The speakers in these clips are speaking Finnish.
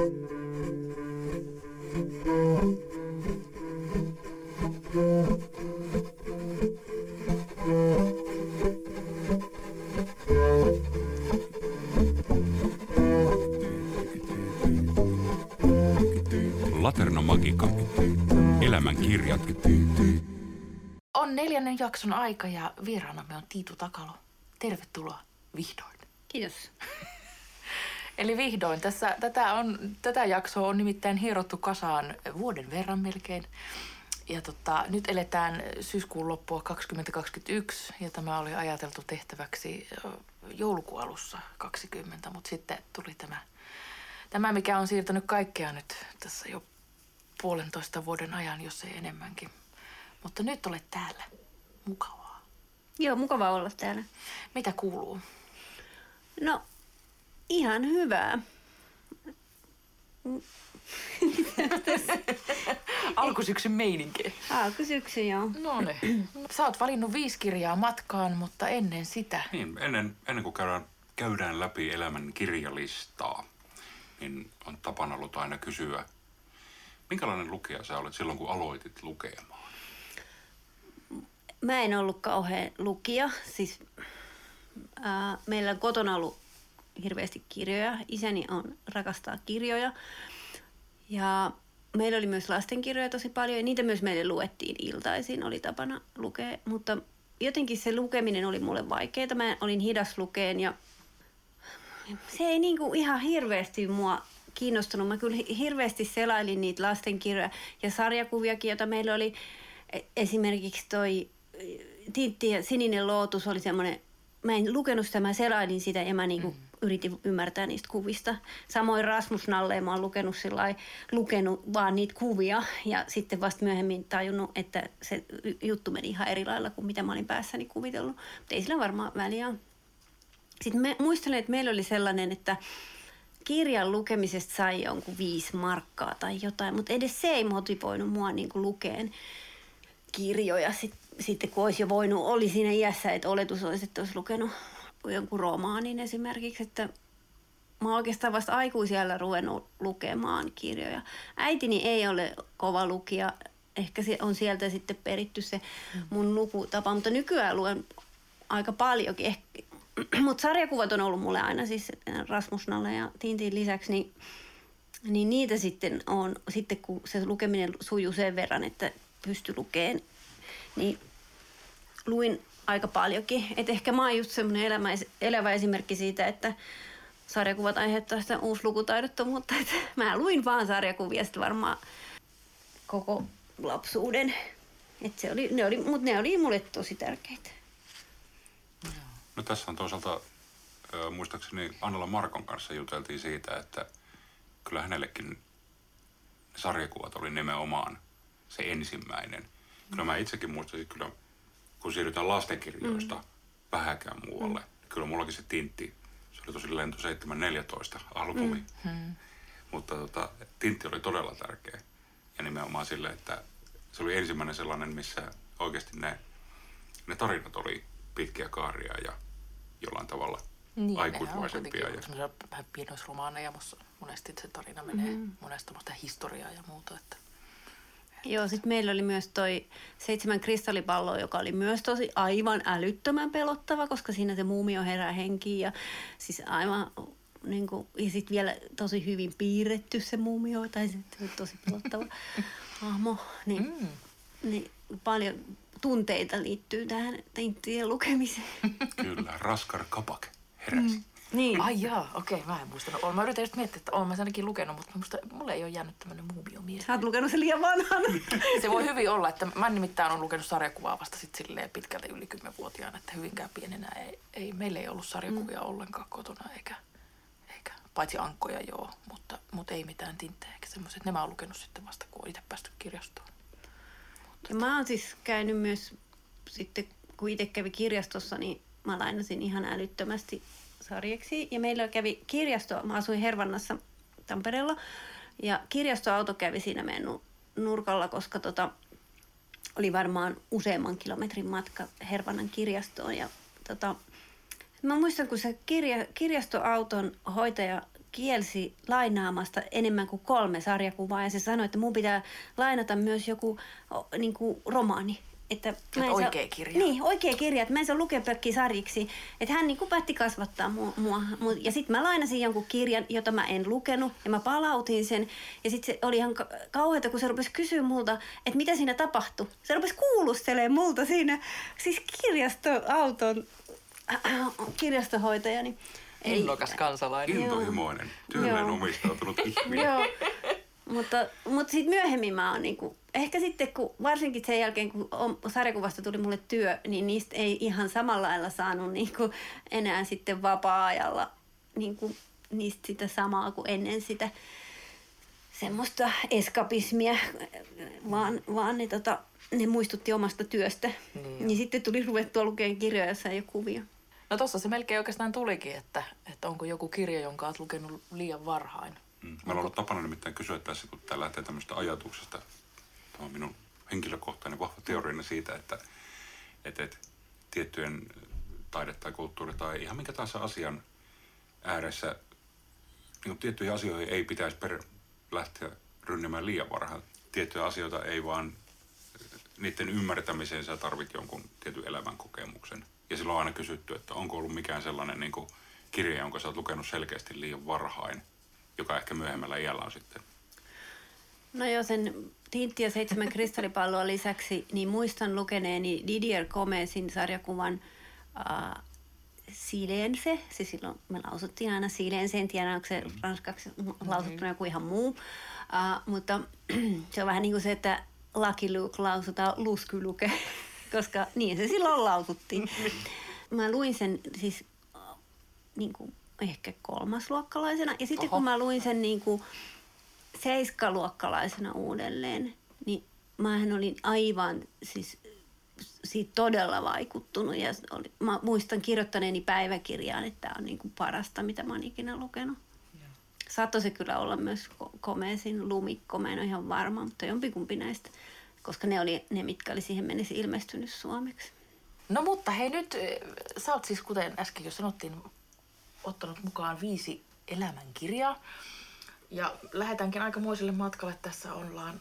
Laterna Magica. Elämän kirjat. On 4. jakson aika ja vieraanamme on Tiitu Takalo. Tervetuloa vihdoin. Kiitos. Eli vihdoin. Tätä jaksoa on nimittäin hierottu kasaan vuoden verran melkein. Ja nyt eletään syyskuun loppua 2021 ja tämä oli ajateltu tehtäväksi joulukuun alussa 2020, mutta sitten tuli tämä mikä on siirtänyt kaikkea nyt tässä jo 1,5 vuoden ajan, jos ei enemmänkin. Mutta nyt olet täällä. Mukavaa. Joo, mukavaa olla täällä. Mitä kuuluu? No, ihan hyvää. Alkusyksyn meininkiä. Alkusyksy, joo. No niin. Sä oot valinnut 5 kirjaa matkaan, mutta ennen sitä. Niin, ennen kuin käydään läpi elämän kirjalistaa, niin on tapana ollut aina kysyä, minkälainen lukija sä olet silloin, kun aloitit lukemaan? Mä en ollut kauhean lukija. Siis, meillä on kotona ollut hirveästi kirjoja. Isäni rakastaa kirjoja. Ja meillä oli myös lastenkirjoja tosi paljon. Ja niitä myös meille luettiin iltaisin. Oli tapana lukea. Mutta jotenkin se lukeminen oli mulle vaikeaa. Mä olin hidas lukeen ja se ei niinku ihan hirveästi mua kiinnostunut. Mä kyllä hirveästi selailin niitä lastenkirjoja ja sarjakuviakin, joita meillä oli. Esimerkiksi toi Tintti ja Sininen lootus oli semmoinen, mä en lukenut sitä, mä selailin sitä ja mä niinku yritin ymmärtää niistä kuvista. Samoin Rasmus Nalleen mä oon lukenut vaan niitä kuvia ja sitten vasta myöhemmin tajunnut, että se juttu meni ihan eri lailla kuin mitä mä olin päässäni kuvitellut. Mutta ei sillä varmaan väliä. Sitten muistelen, että meillä oli sellainen, että kirjan lukemisesta sai jonkun 5 markkaa tai jotain, mutta edes se ei motivoinut mua niinku lukeen kirjoja. Sitten kun olisi jo oli siinä iässä, että oletus olisi, että olisi lukenut jonkun romaanin esimerkiksi, että mä oon oikeastaan vasta aikuisiällä ruvennut lukemaan kirjoja. Äitini ei ole kova lukija, ehkä se on sieltä sitten peritty se mun lukutapa, mutta nykyään luen aika paljonkin. Mutta sarjakuvat on ollut mulle aina, siis Rasmus Nalle ja Tintin lisäksi, niin niitä sitten on, sitten kun se lukeminen sujuu sen verran, että pystyi lukemaan, niin luin aika paljonkin. Et ehkä mä oon just semmoinen elävä esimerkki siitä, että sarjakuvat aiheuttaa sitä uuslukutaidottomuutta. Että mä luin vaan sarjakuvia sitten varmaan koko lapsuuden. Mutta ne oli mulle tosi tärkeitä. No tässä on toisaalta, muistaakseni Annala Markon kanssa juteltiin siitä, että kyllä hänellekin sarjakuvat oli nimenomaan se ensimmäinen. Kyllä mä itsekin muistaisin, kyllä kun siirrytään lastenkirjoista vähäkään muualle, niin kyllä mullakin se Tintti, se oli tosi lento 714 albumi. Mutta Tintti oli todella tärkeä ja nimenomaan sille, että se oli ensimmäinen sellainen, missä oikeasti ne tarinat oli pitkiä kaaria ja jollain tavalla aikuismaisempia. Niin, semmoisia vähän pienoisromaaneja, monesti se tarina menee monesta historiaa ja muuta. Että. Joo, sitten meillä oli myös toi 7 kristallipalloa, joka oli myös aivan älyttömän pelottava, koska siinä se muumio herää henkiin ja siis aivan niin kuin, ja sitten vielä tosi hyvin piirretty se muumio, tai sitten tosi pelottava hahmo, niin paljon tunteita liittyy tähän Tinttien lukemiseen. Kyllä, Raskar Kapak heräsi. Niin. Ai jaa, okei, mä en muistanut. Mä yritän just miettiä, että olen mä ainakin lukenut, mutta mulle ei ole jäänyt tämmöinen muumio mieleen. Sä oot lukenut sen liian vanhan. Se voi hyvin olla, että mä nimittäin olen lukenut sarjakuvaa vasta sit silleen pitkältä yli 10-vuotiaana, että hyvinkään pienenä meillä ei ollut sarjakuvia ollenkaan kotona, eikä paitsi ankkoja joo, mutta ei mitään tinttejä eikä semmoiset. Ne mä oon lukenut sitten vasta, kun oon itse päästy kirjastoon. Ja mä oon siis käynyt myös sitten, kun itse kävi kirjastossa, niin mä lainasin ihan älyttömästi sarjeksi. Ja meillä kävi kirjasto, mä asuin Hervannassa Tampereella, ja kirjastoauto kävi siinä meidän nurkalla, koska oli varmaan useamman kilometrin matka Hervannan kirjastoon. Ja mä muistan, kun se kirjastoauton hoitaja kielsi lainaamasta enemmän kuin 3 sarjakuvaa ja se sanoi, että mun pitää lainata myös joku niin kuin romaani. Että oikea kirja. Niin, oikea kirja, että mä en saa lukea pelkkiä sarjiksi. Että hän niin kuin päätti kasvattaa mua. Ja sitten mä lainasin jonkun kirjan, jota mä en lukenut ja mä palautin sen. Ja sitten se oli ihan kauheata, kun se rupesi kysyä multa, että mitä siinä tapahtui. Se rupesi kuulustelemaan multa siinä, siis kirjastoauton kirjastohoitajani. Innokas kansalainen. Intohimoinen, työlleen omistautunut ihminen. Joo. Mutta sitten myöhemmin mä oon niinku, ehkä sitten kun, varsinkin sen jälkeen kun sarjakuvasta tuli mulle työ, niin niistä ei ihan samalla lailla saanut niinku enää sitten vapaa-ajalla niinku niistä sitä samaa kuin ennen sitä semmoista eskapismia, vaan ne muistutti omasta työstä. Niin sitten tuli ruvettua lukemaan kirjoja, jossa ei ole kuvia. No tossa se melkein oikeastaan tulikin, että onko joku kirja, jonka olet lukenut liian varhain. Meillä on ollut tapana nimittäin kysyä tässä, kun tää lähtee tämmöistä ajatuksesta. Tämä on minun henkilökohtainen vahva teoriani siitä, että tiettyjen taide tai kulttuuri tai ihan minkä tahansa asian ääressä niin tiettyihin asioihin ei pitäisi lähteä rynnimään liian varhain. Tiettyjä asioita ei vaan, niiden ymmärtämiseen sä tarvit jonkun tietyn elämänkokemuksen. Ja silloin on aina kysytty, että onko ollut mikään sellainen niin kuin kirja, jonka sä oot lukenut selkeästi liian varhain, joka ehkä myöhemmällä iällä on sitten. No joo, sen Tintti ja 7 kristallipalloa lisäksi, niin muistan lukeneeni Didier Comesin sarjakuvan Silence. Se silloin me lausuttiin aina Silence, en tiedä onko se ranskaksi lausuttuna joku ihan muu. Mutta se on vähän niin kuin se, että Lucky Luke lausutaan Lusky Luke, koska niin se silloin lausuttiin. Mä luin sen siis niin kuin ehkä 3-luokkalaisena. Ja sitten kun mä luin sen niin kuin 7-luokkalaisena uudelleen, niin mähän olin aivan siis siitä todella vaikuttunut. Ja mä muistan kirjoittaneeni päiväkirjaan, että tämä on niin kuin parasta, mitä mä oon ikinä lukenut. Saattoi se kyllä olla myös Comesin Lumikko, mä en ole ihan varma, mutta jompikumpi näistä, koska ne oli ne, mitkä oli siihen mennessä ilmestynyt suomeksi. No mutta hei nyt, sä oot siis kuten äsken jo sanottiin, ottanut mukaan 5 elämänkirjaa. Ja lähdetäänkin aikamoiselle matkalle. Tässä ollaan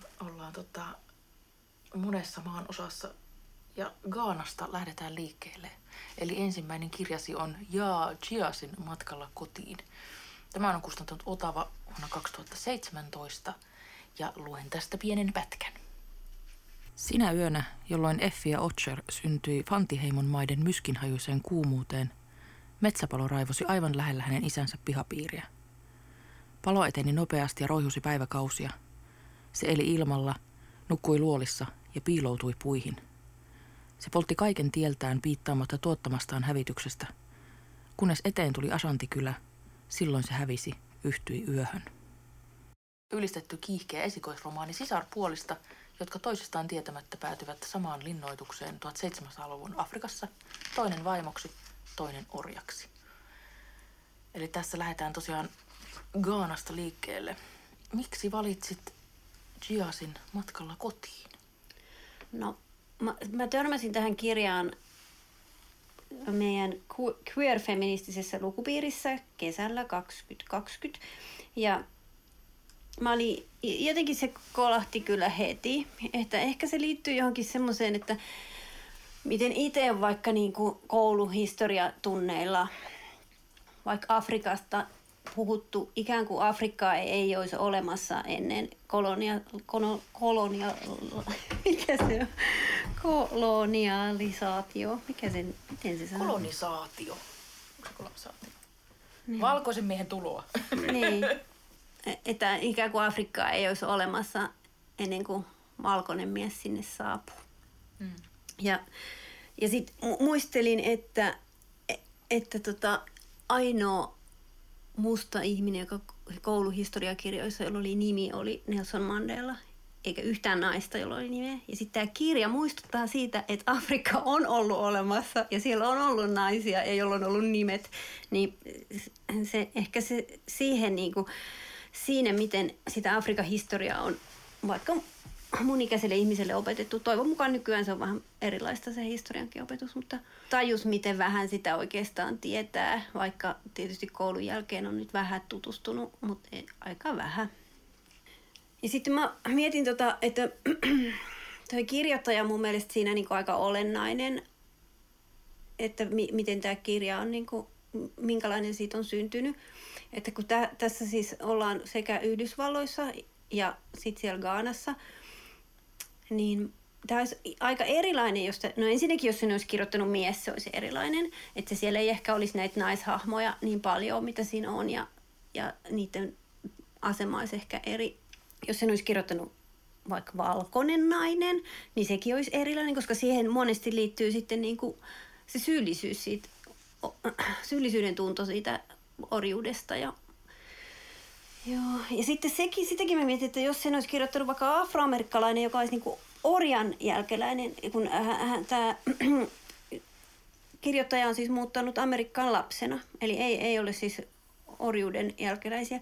monessa maan osassa. Ja Ghanasta lähdetään liikkeelle. Eli ensimmäinen kirjasi on Yaa Chiasin Matkalla kotiin. Tämä on kustantanut Otava vuonna 2017 ja luen tästä pienen pätkän. Sinä yönä, jolloin Effi ja Otcher syntyi Fantiheimon maiden myskinhajuiseen kuumuuteen, metsäpalo raivosi aivan lähellä hänen isänsä pihapiiriä. Palo eteni nopeasti ja roihusi päiväkausia. Se eli ilmalla, nukkui luolissa ja piiloutui puihin. Se poltti kaiken tieltään piittaamatta tuottamastaan hävityksestä. Kunnes eteen tuli Ashanti-kylä, silloin se hävisi, yhtyi yöhön. Ylistetty kiihkeä esikoisromaani sisarpuolista, jotka toisistaan tietämättä päätyvät samaan linnoitukseen 1700-luvun Afrikassa, toinen vaimoksi, toinen orjaksi. Eli tässä lähdetään tosiaan Ghanasta liikkeelle. Miksi valitsit Chiasin Matkalla kotiin? No, mä törmäsin tähän kirjaan meidän queer-feministisessä lukupiirissä kesällä 2020. Ja mä olin, jotenkin se kolahti kyllä heti, että ehkä se liittyy johonkin semmoiseen, että miten itse vaikka niin kuin kouluhistoriatunneilla, vaikka Afrikasta puhuttu, ikään kuin Afrikkaa ei olisi olemassa ennen kolonialisaatio. Miten se sanoo? Kolonisaatio. Onko se kolonisaatio? Niin. Valkoisen miehen tuloa. Niin. Että ikään kuin Afrikkaa ei olisi olemassa ennen kuin valkoinen mies sinne saapuu. Ja sitten muistelin, että ainoa musta ihminen, joka kouluhistoriakirjoissa, jolla oli nimi, oli Nelson Mandela, eikä yhtään naista, jolla oli nimeä. Ja sitten tämä kirja muistuttaa siitä, että Afrikka on ollut olemassa ja siellä on ollut naisia ja jolla on ollut nimet. Niin ehkä se siihen niinku, siinä, miten sitä Afrikan historiaa on vaikka mun ikäiselle ihmiselle opetettu. Toivon mukaan nykyään se on vähän erilaista se historiankin opetus, mutta tajus, miten vähän sitä oikeastaan tietää, vaikka tietysti koulun jälkeen on nyt vähän tutustunut, mutta aika vähän. Ja sitten mä mietin, että toi kirjoittaja on mun mielestä siinä niin kuin aika olennainen, että miten tämä kirja on, niin kuin, minkälainen siitä on syntynyt. Että kun tässä siis ollaan sekä Yhdysvalloissa ja sitten siellä Ghanassa, niin tämä olisi aika erilainen, no ensinnäkin jos sen olisi kirjoittanut mies, se olisi erilainen. Että siellä ei ehkä olisi näitä naishahmoja niin paljon, mitä siinä on, ja niiden asema olisi ehkä eri. Jos sen olisi kirjoittanut vaikka valkoinen nainen, niin sekin olisi erilainen, koska siihen monesti liittyy sitten niin kuin se syyllisyys siitä, syyllisyyden tunto siitä orjuudesta. Ja sitten sitäkin mä mietin, että jos sen olisi kirjoittanut vaikka afroamerikkalainen, joka olisi niin kuin orjan jälkeläinen, kun tämä kirjoittaja on siis muuttanut Amerikkaan lapsena, eli ei ole siis orjuuden jälkeläisiä,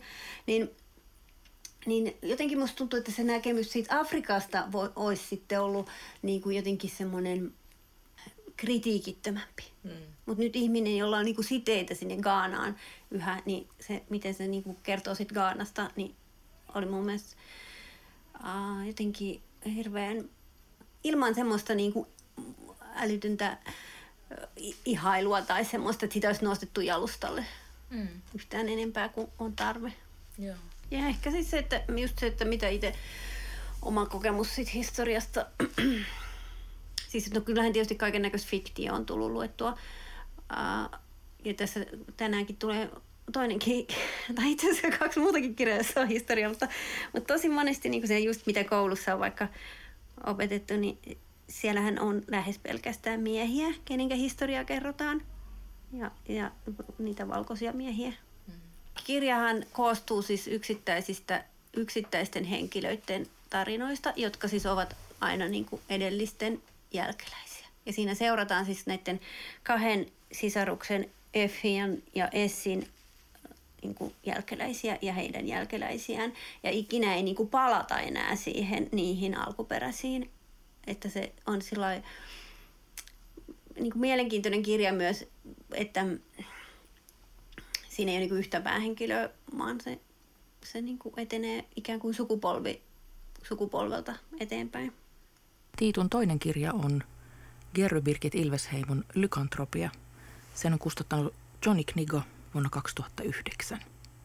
niin jotenkin musta tuntuu, että se näkemys siitä Afrikasta olisi sitten ollut niin kuin jotenkin semmoinen kritiikittömämpi. Mutta nyt ihminen, jolla on niin kuin siteitä sinne Ghanaan yhä, niin se, miten se niin kuin kertoo siitä Ghanasta, niin oli mun mielestä jotenkin hirveän ilman semmoista niin kuin älytöntä ihailua tai semmoista, että sitä olisi nostettu jalustalle yhtään enempää kuin on tarve. Joo. Ja ehkä siis se, että mitä itse oma kokemus siitä historiasta, siis no kyllähän tietysti kaiken näköistä fiktio on tullut luettua. Ja tässä tänäänkin tulee toinenkin, tai itse asiassa 2 muutakin kirjaa, jossa on historia, mutta tosi monesti niin kuin se just mitä koulussa on vaikka opetettu, niin siellähän on lähes pelkästään miehiä, kenenkä historiaa kerrotaan, ja niitä valkoisia miehiä. Kirjahan koostuu siis yksittäisten henkilöiden tarinoista, jotka siis ovat aina niin kuin edellisten jälkeläisiä. Ja siinä seurataan siis näiden 2 sisaruksen Effin ja Essin niin kuin jälkeläisiä ja heidän jälkeläisiään. Ja ikinä ei niin kuin palata enää niihin alkuperäisiin. Että se on sillai, niin kuin mielenkiintoinen kirja myös, että siinä ei ole niin kuin yhtä päähenkilöä, vaan se niin kuin etenee ikään kuin sukupolvelta eteenpäin. Tiitun toinen kirja on Gerry Birgit Ilvesheimon Lykantropia. Sen on kustannut Johnny Knigo vuonna 2009.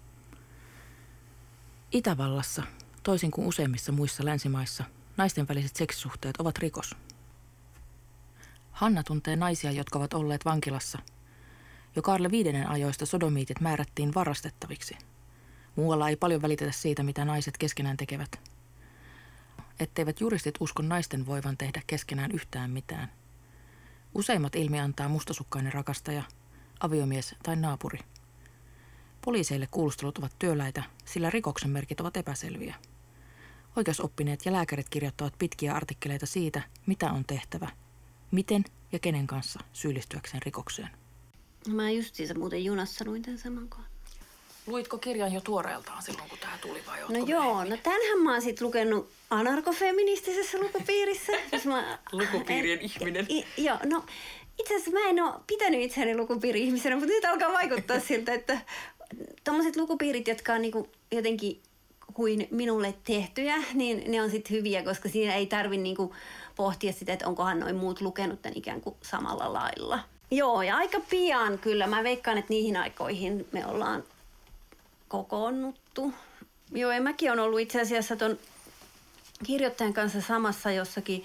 Itävallassa, toisin kuin useimmissa muissa länsimaissa, naisten väliset seksisuhteet ovat rikos. Hanna tuntee naisia, jotka ovat olleet vankilassa. Jo Kaarle V ajoista sodomiitit määrättiin varastettaviksi. Muualla ei paljon välitetä siitä, mitä naiset keskenään tekevät. Etteivät juristit usko naisten voivan tehdä keskenään yhtään mitään. Useimmat ilmiantaa mustasukkainen rakastaja, aviomies tai naapuri. Poliiseille kuulustelut ovat työläitä, sillä rikoksen merkit ovat epäselviä. Oikeusoppineet ja lääkärit kirjoittavat pitkiä artikkeleita siitä, mitä on tehtävä, miten ja kenen kanssa syyllistyäkseen rikokseen. Mä justiinsa muuten junassa luin tämän saman kohdan. Luitko kirjan jo tuoreeltaan silloin, kun tämä tuli vai No joo, no tämänhän mä oon sit lukenut anarkofeministisessä lukupiirissä. Lukupiirien ihminen. Joo, no itse asiassa mä en ole pitänyt itseäni lukupiiri-ihmisenä, mutta nyt alkaa vaikuttaa siltä, että tommoset lukupiirit, jotka on niinku jotenkin kuin minulle tehtyjä, niin ne on sitten hyviä, koska siinä ei tarvitse niinku pohtia sitä, että onkohan noin muut lukenut tämän ikään kuin samalla lailla. Joo, ja aika pian kyllä. Mä veikkaan, että niihin aikoihin me ollaan kokoonnuttu. Joo, ja mäkin olen ollut itse asiassa ton kirjoittajan kanssa samassa jossakin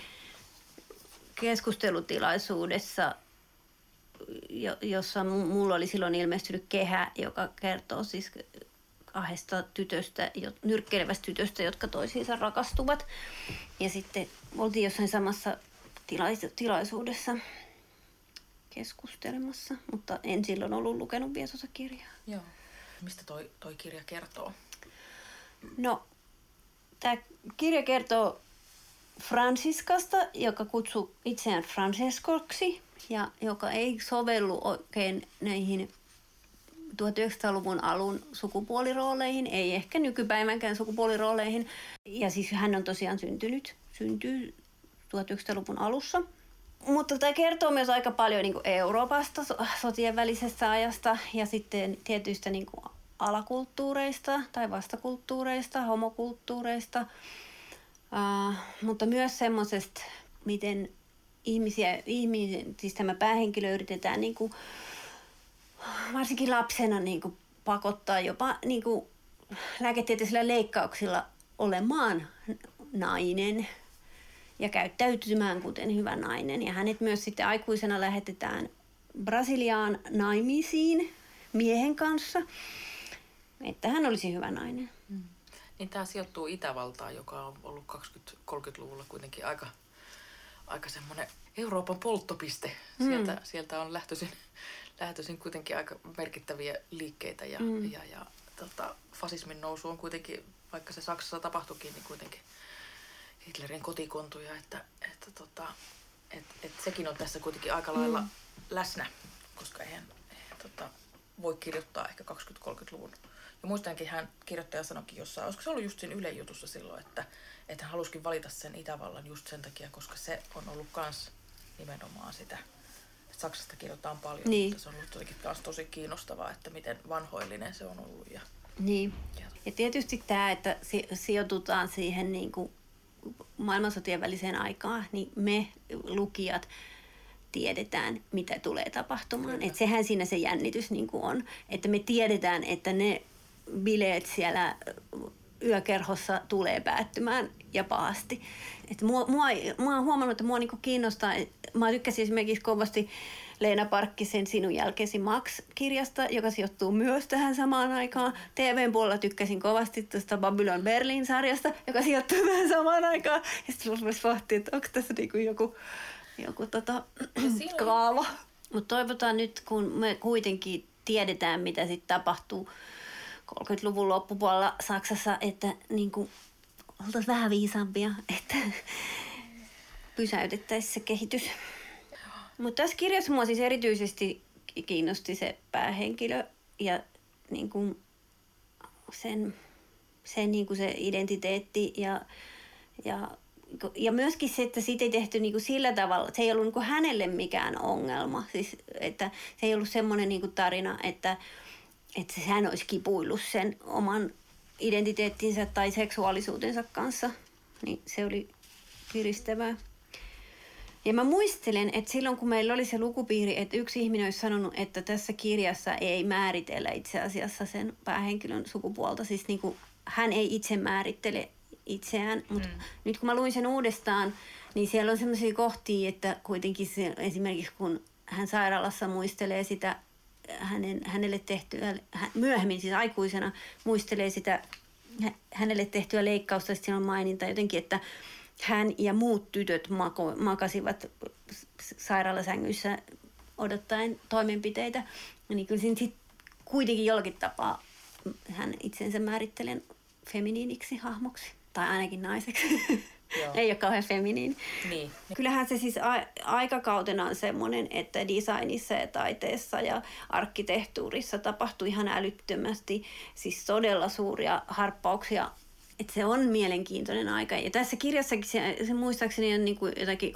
keskustelutilaisuudessa, jossa mulla oli silloin ilmestynyt kehä, joka kertoo siis 2 tytöstä, nyrkkeilevästä tytöstä, jotka toisiinsa rakastuvat. Ja sitten oltiin jossain samassa tilaisuudessa keskustelemassa, mutta en silloin ollut lukenut vielä tuota kirjaa. Joo. Mistä toi kirja kertoo? No, tämä kirja kertoo Fransiskasta, joka kutsuu itseään Francescoksi ja joka ei sovellu oikein näihin 1900-luvun alun sukupuolirooleihin, ei ehkä nykypäivänkään sukupuolirooleihin. Ja siis hän on tosiaan syntynyt syntyy 1900-luvun alussa. Mutta tämä kertoo myös aika paljon niin kuin Euroopasta, sotien välisestä ajasta ja sitten tietyistä niin kuin alakulttuureista tai vastakulttuureista, homokulttuureista, mutta myös semmoisesta, miten siis tämä päähenkilö yritetään niin kuin, varsinkin lapsena niin kuin pakottaa jopa niin kuin lääketieteellisillä leikkauksilla olemaan nainen ja käyttäytymään kuten hyvä nainen. Ja hänet myös sitten aikuisena lähetetään Brasiliaan naimisiin miehen kanssa, että hän olisi hyvä nainen. Niin tämä sijoittuu Itävaltaan, joka on ollut 20-30-luvulla kuitenkin aika semmoinen Euroopan polttopiste. Sieltä on lähtöisin kuitenkin aika merkittäviä liikkeitä ja fasismin nousu on kuitenkin, vaikka se Saksassa tapahtuikin, niin kuitenkin Hitlerin kotikontuja, että sekin on tässä kuitenkin aika lailla läsnä, koska eihän voi kirjoittaa ehkä 20-30-luvun. Ja muistankin kirjoittaja sanoikin jossain, olisiko se ollut just siinä Ylen jutussa silloin, että hän halusikin valita sen Itävallan just sen takia, koska se on ollut kans nimenomaan sitä, että Saksasta kirjoitetaan paljon, mutta se on ollut jotenkin taas tosi kiinnostavaa, että miten vanhoillinen se on ollut. Niin. Ja tietysti tämä, että sijoitutaan siihen niin kuin maailmansotien väliseen aikaan, niin me lukijat tiedetään, mitä tulee tapahtumaan. Että sehän siinä se jännitys niin kuin on, että me tiedetään, että ne bileet siellä yökerhossa tulee päättymään ja pahasti. Että mä oon huomannut, että mua niin kuin kiinnostaa. Mä tykkäsin esimerkiksi kovasti Leena Parkkisen Sinun jälkeesi Max-kirjasta, joka sijoittuu myös tähän samaan aikaan. TVn puolella tykkäsin kovasti tuosta Babylon Berlin-sarjasta, joka sijoittuu tähän samaan aikaan. Ja sitten rupesi pohtia, että onko tässä niinku joku kaava. Mutta toivotaan nyt, kun me kuitenkin tiedetään, mitä sitten tapahtuu 30-luvun loppupuolella Saksassa, että niinku oltaisiin vähän viisaampia, että pysäytettäisiin se kehitys. Mutta tässä kirjassa mua siis erityisesti kiinnosti se päähenkilö ja niin kuin sen niin kuin se identiteetti ja myöskin se, että siitä ei tehty niin kuin sillä tavalla, että se ei ollut niin kuin hänelle mikään ongelma. Siis, että se ei ollut semmoinen niin kuin tarina, että hän olisi kipuillut sen oman identiteettinsä tai seksuaalisuutensa kanssa. Niin se oli piristävää. Ja mä muistelen, että silloin kun meillä oli se lukupiiri, että yksi ihminen olisi sanonut, että tässä kirjassa ei määritellä itse asiassa sen päähenkilön sukupuolta. Siis niin kuin hän ei itse määrittele itseään, mutta nyt kun mä luin sen uudestaan, niin siellä on sellaisia kohtia, että kuitenkin se, esimerkiksi kun hän sairaalassa muistelee sitä hänelle tehtyä, myöhemmin siis aikuisena muistelee sitä hänelle tehtyä leikkausta, sitten on maininta jotenkin, että hän ja muut tytöt makasivat sairaalasängyissä odottaen toimenpiteitä. Niin kyllä siinä sit kuitenkin jollakin tapaa hän itsensä määrittelee feminiiniksi hahmoksi. Tai ainakin naiseksi. Ei ole kauhean feminiini. Niin. Kyllähän se siis aikakautena on semmoinen, että designissa ja taiteessa ja arkkitehtuurissa tapahtui ihan älyttömästi siis todella suuria harppauksia. Että se on mielenkiintoinen aika. Ja tässä kirjassakin se muistaakseni on niin kuin jotakin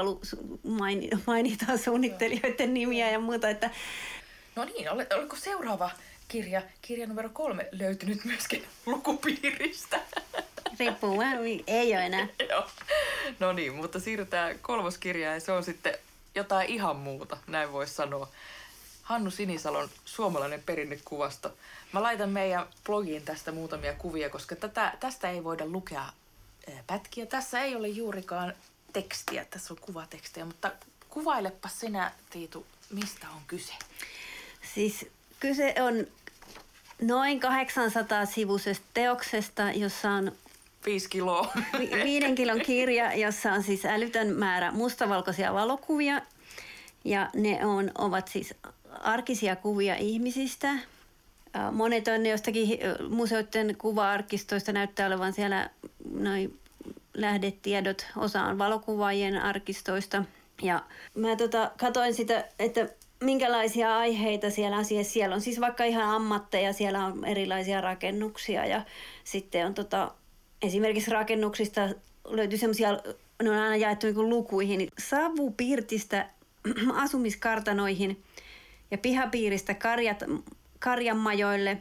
mainitaan suunnittelijoiden nimiä ja muuta. Että no niin, oliko seuraava kirja numero 3 löytynyt myöskin lukupiiristä? Riippuu vähän, ei ole enää. Joo. No niin, mutta siirrytään 3. kirjaan ja se on sitten jotain ihan muuta, näin voisi sanoa. Hannu Sinisalon Suomalainen perinnekuvasto. Mä laitan meidän blogiin tästä muutamia kuvia, koska tästä ei voida lukea pätkiä. Tässä ei ole juurikaan tekstiä, tässä on kuvatekstiä, mutta kuvailepa sinä, Tiitu, mistä on kyse? Siis kyse on noin 800-sivuisesta teoksesta, jossa on 5 kiloa. 5 kilon kirja, jossa on siis älytön määrä mustavalkoisia valokuvia. Ja ne ovat siis arkisia kuvia ihmisistä. Monet on jostakin museoiden kuva-arkistoista näyttää olevan siellä noin lähdetiedot. Osa on valokuvaajien arkistoista. Ja mä katoin sitä, että minkälaisia aiheita siellä on. Siellä on siis vaikka ihan ammatteja, siellä on erilaisia rakennuksia ja sitten on esimerkiksi rakennuksista löytyi semmoisia, ne on aina jaettu niin kuin lukuihin, savupirtistä asumiskartanoihin ja pihapiiristä karjanmajoille.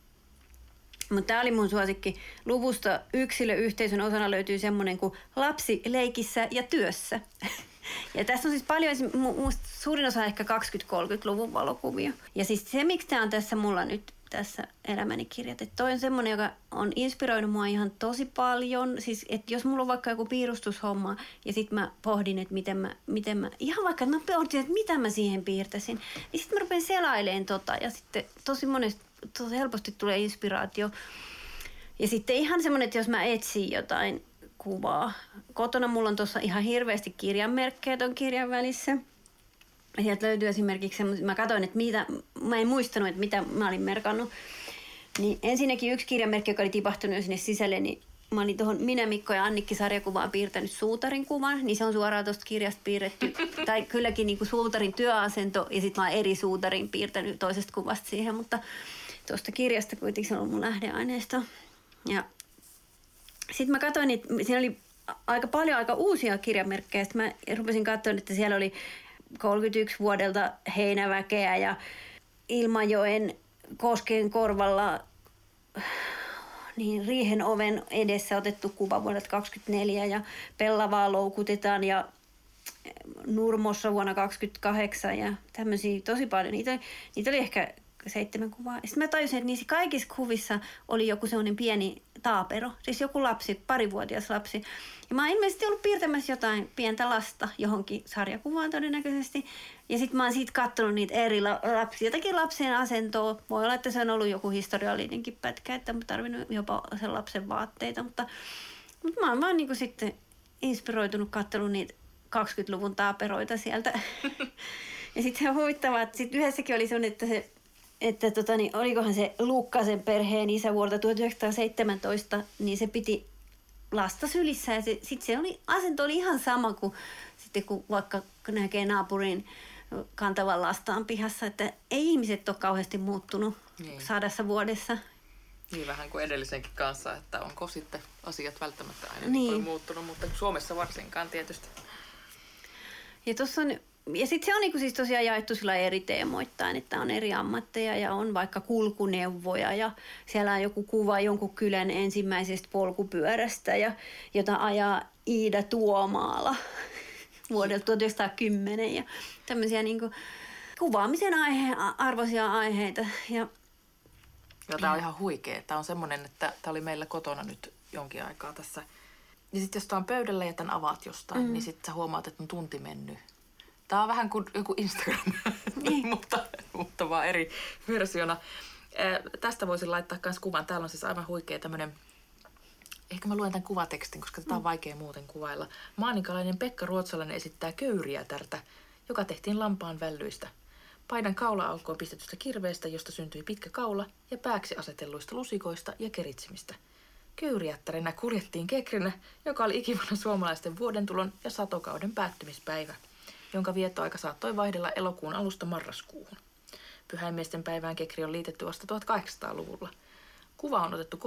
Mutta tämä oli mun suosikki. Luvusta yksilöyhteisön osana löytyy semmoinen kuin lapsi leikissä ja työssä. Ja tässä on siis paljon, suurin osa ehkä 20-30-luvun valokuvia. Ja siis se, miksi tämä on tässä mulla nyt tässä elämäni kirjat, että toi on semmoinen, joka on inspiroinut mua ihan tosi paljon. Siis, että jos mulla on vaikka joku piirustushomma ja sitten mä pohdin, että miten mä ihan vaikka, että mä pohdin, että mitä mä siihen piirtäisin, niin sitten mä rupean selailemaan ja sitten tosi helposti tulee inspiraatio. Ja sitten ihan semmoinen, että jos mä etsin jotain kuvaa. Kotona mulla on tuossa ihan hirveästi kirjanmerkkejä ton kirjan välissä. Ja sieltä löytyy esimerkiksi semmoisia, mä katsoin, että mä en muistanut, että mitä mä olin merkannut. Niin ensinnäkin yksi kirjanmerkki, joka oli tipahtunut jo sinne sisälle, niin mä olin tuohon Minä, Mikko ja Annikki-sarjakuvaan piirtänyt suutarin kuvan, niin se on suoraan tuosta kirjasta piirretty. Tai kylläkin niin kuin suutarin työasento ja sitten mä oon eri suutarin piirtänyt toisesta kuvasta siihen, mutta tuosta kirjasta kuitenkin se on ollut mun lähdeaineisto. Ja sitten mä katsoin, että siinä oli aika uusia kirjanmerkkejä. Sitten mä rupesin katsomaan, että siellä oli 31 vuodelta Heinäväkeä ja Ilmajoen Koskeen korvalla niin riihen oven edessä otettu kuva vuodelta 24 ja Pellavaa loukutetaan ja Nurmossa vuonna 28 ja tämmöisiä tosi paljon. Niitä oli ehkä 7 kuvaa. Sitten mä tajusin, että niissä kaikissa kuvissa oli joku sellainen pieni taapero, siis joku lapsi, 2-vuotias lapsi. Ja mä oon ilmeisesti ollut piirtämässä jotain pientä lasta johonkin sarjakuvaan todennäköisesti. Ja sitten mä oon siitä katsonut niitä eri lapsia, jotakin lapsen asentoa. Voi olla, että se on ollut joku historiallinenkin pätkä, että mä tarvinnut jopa sen lapsen vaatteita. Mutta mä oon vaan niinku sitten inspiroitunut katselun niitä 20-luvun taaperoita sieltä. Ja sitten se on huvittavaa, että sitten yhdessäkin oli sellainen, että olikohan se Luukkasen perheen isä vuodelta 1917, niin se piti lasta sylissä ja asento oli ihan sama kuin sitten kun vaikka näkee naapurin kantavan lastaan pihassa, että ei ihmiset ole kauheasti muuttunut 100 vuodessa. Niin vähän kuin edellisenkin kanssa, että onko sitten asiat välttämättä aina niin muuttunut, mutta Suomessa varsinkaan tietysti. Ja sitten se on niinku siis tosiaan jaettu sillä eri teemoittain, että on eri ammatteja ja on vaikka kulkuneuvoja ja siellä on joku kuva jonkun kylän ensimmäisestä polkupyörästä, jota ajaa Iida Tuomaala vuodelta 1910 ja tämmöisiä niinku kuvaamisen arvoisia aiheita. Ja tämä on ihan huikea. Tämä on semmoinen, että tämä oli meillä kotona nyt jonkin aikaa tässä. Ja sitten jos tämä on pöydällä ja tämän avaat jostain, niin sitten sä huomaat, että on tunti mennyt. Tämä on vähän kuin joku Instagram, mutta vaan eri versiona. Tästä voisin laittaa myös kuvan. Täällä on siis aivan huikea tämmöinen, ehkä mä luen tämän kuvatekstin, koska tätä on vaikea muuten kuvailla. Maaninkalainen Pekka Ruotsalainen esittää köyriätärtä, joka tehtiin lampaan vällyistä. Paidan kaula-aukkoon pistetystä kirveestä, josta syntyi pitkä kaula ja pääksi asetelluista lusikoista ja keritsimistä. Köyriättärenä kuljettiin kekrinä, joka oli ikivanha suomalaisten vuodentulon ja satokauden päättymispäivä, jonka viettoaika saattoi vaihdella elokuun alusta marraskuuhun. Pyhäinmiesten päivään kekri on liitetty vasta 1800-luvulla. Kuva on otettu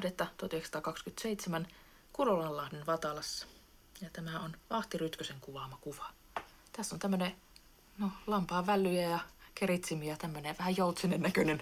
3.2.1927 Kurolanlahden Vatalassa. Ja tämä on Ahti Rytkösen kuvaama kuva. Tässä on tämmöinen lampaan vällyjä ja keritsimiä, tämmöinen vähän joutsenen näköinen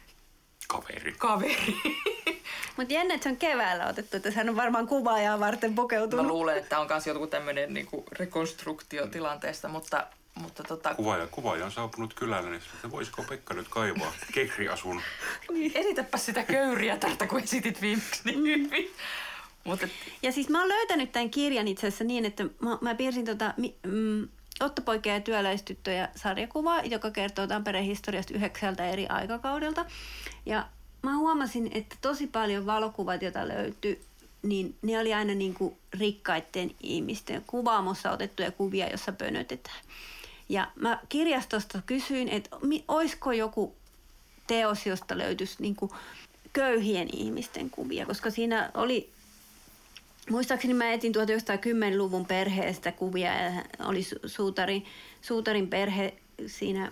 kaveri. Mutta jännä, että se on keväällä otettu, että sehän on varmaan kuvaajaa varten pukeutunut. Mä luulen, että on myös joku tämmöinen niinku rekonstruktio tilanteesta, mutta Kuvaaja on saapunut kylälle, niin että voisiko Pekka nyt kaivaa kekriasun? Esitäpä sitä köyriätärtä, kun esitit viimeksi niin hyvin. Ja siis mä oon löytänyt tämän kirjan itse asiassa niin, että mä piirsin Ottopoikia ja työläistyttöjä -sarjakuvaa, joka kertoo Tampereen historiasta 9 eri aikakaudelta. Ja mä huomasin, että tosi paljon valokuvat, joita löytyi, niin ne oli aina niin kuin rikkaiden ihmisten kuvaamossa otettuja kuvia, jossa pönötetään. Ja mä kirjastosta kysyin, että olisiko joku teos, josta löytyisi niin kuin köyhien ihmisten kuvia, koska siinä oli, muistaakseni mä etin 1910-luvun perheestä kuvia ja oli suutarin perhe siinä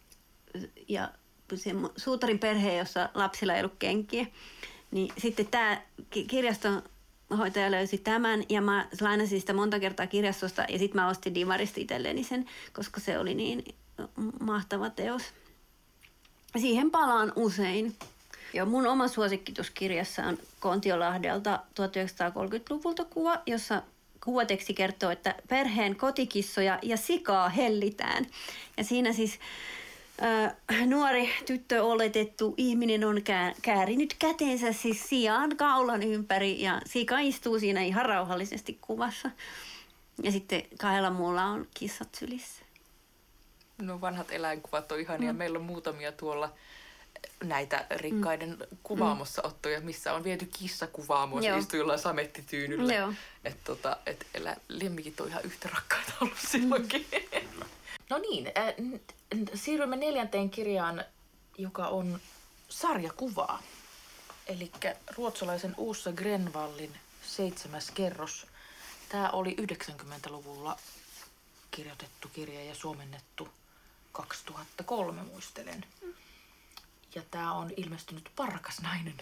ja se suutarin perhe, jossa lapsilla ei ollut kenkiä. Niin sitten tämä kirjaston kirjastonhoitaja löysi tämän ja mä lainasin sitä monta kertaa kirjastosta ja sitten mä ostin Divarista itselleni sen, koska se oli niin mahtava teos. Siihen palaan usein. Ja mun oma suosikki tuossa kirjassa on Kontiolahdelta 1930-luvulta kuva, jossa kuvateksti kertoo, että perheen kotikissoja ja sikaa hellitään. Ja siinä siis nuori tyttö oletettu ihminen on käärinyt käteensä siis sian kaulan ympäri ja sika istuu siinä ihan rauhallisesti kuvassa. Ja sitten kahdella muulla on kissat sylissä. No vanhat eläinkuvat on ihania. Meillä on muutamia tuolla näitä rikkaiden kuvaamossa ottoja, missä on viety kissa kuvaamoon. Se istuu jollain samettityynyllä. Lemmikit on ihan yhtä rakkaita ollut silloinkin. No niin, siirrymme 4. kirjaan, joka on sarjakuvaa. Eli ruotsalaisen Åsa Grenvallin 7. kerros. Tämä oli 90-luvulla kirjoitettu kirja ja suomennettu 2003 muistelen. Ja tämä on ilmestynyt Parrakas nainen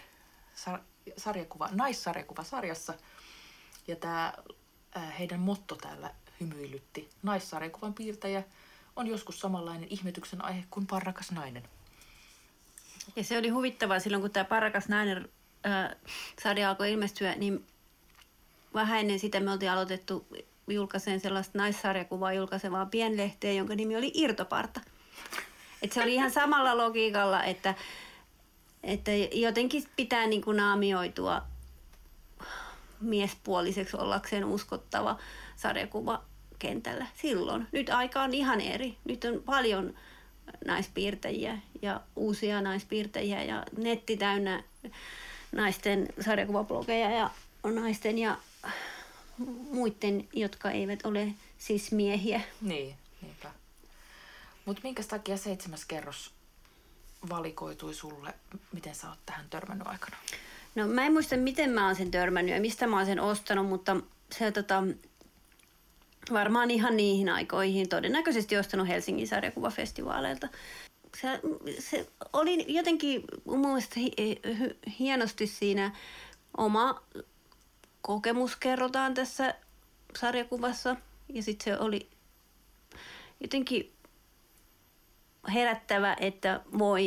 naissarjakuvasarjassa. Ja tämä heidän motto täällä hymyilytti. Naissarjakuvan piirtäjä on joskus samanlainen ihmetyksen aihe kuin Parrakas nainen. Ja se oli huvittavaa silloin, kun tämä Parrakas nainen sarja alkoi ilmestyä, niin vähän ennen sitä me oltiin aloitettu julkaiseen sellaista naissarjakuvaa julkaisevaa pienlehteä, jonka nimi oli Irtoparta. Et se oli ihan samalla logiikalla, että jotenkin pitää niin kuin naamioitua miespuoliseksi ollakseen uskottava sarjakuva kentällä silloin. Nyt aika on ihan eri. Nyt on paljon naispiirtäjiä ja uusia naispiirtäjiä ja netti täynnä naisten sarjakuvablogeja ja naisten ja muiden, jotka eivät ole siis miehiä. Niin, niinpä. Mutta minkä takia 7. kerros valikoitui sulle? Miten sä oot tähän törmännyt aikana? No mä en muista, miten mä oon sen törmännyt ja mistä mä oon sen ostanut, mutta se varmaan ihan niihin aikoihin todennäköisesti ostanut Helsingin sarjakuvafestivaaleilta. Se oli jotenkin mun mielestä hienosti siinä oma kokemus kerrotaan tässä sarjakuvassa. Ja sitten se oli jotenkin herättävä, että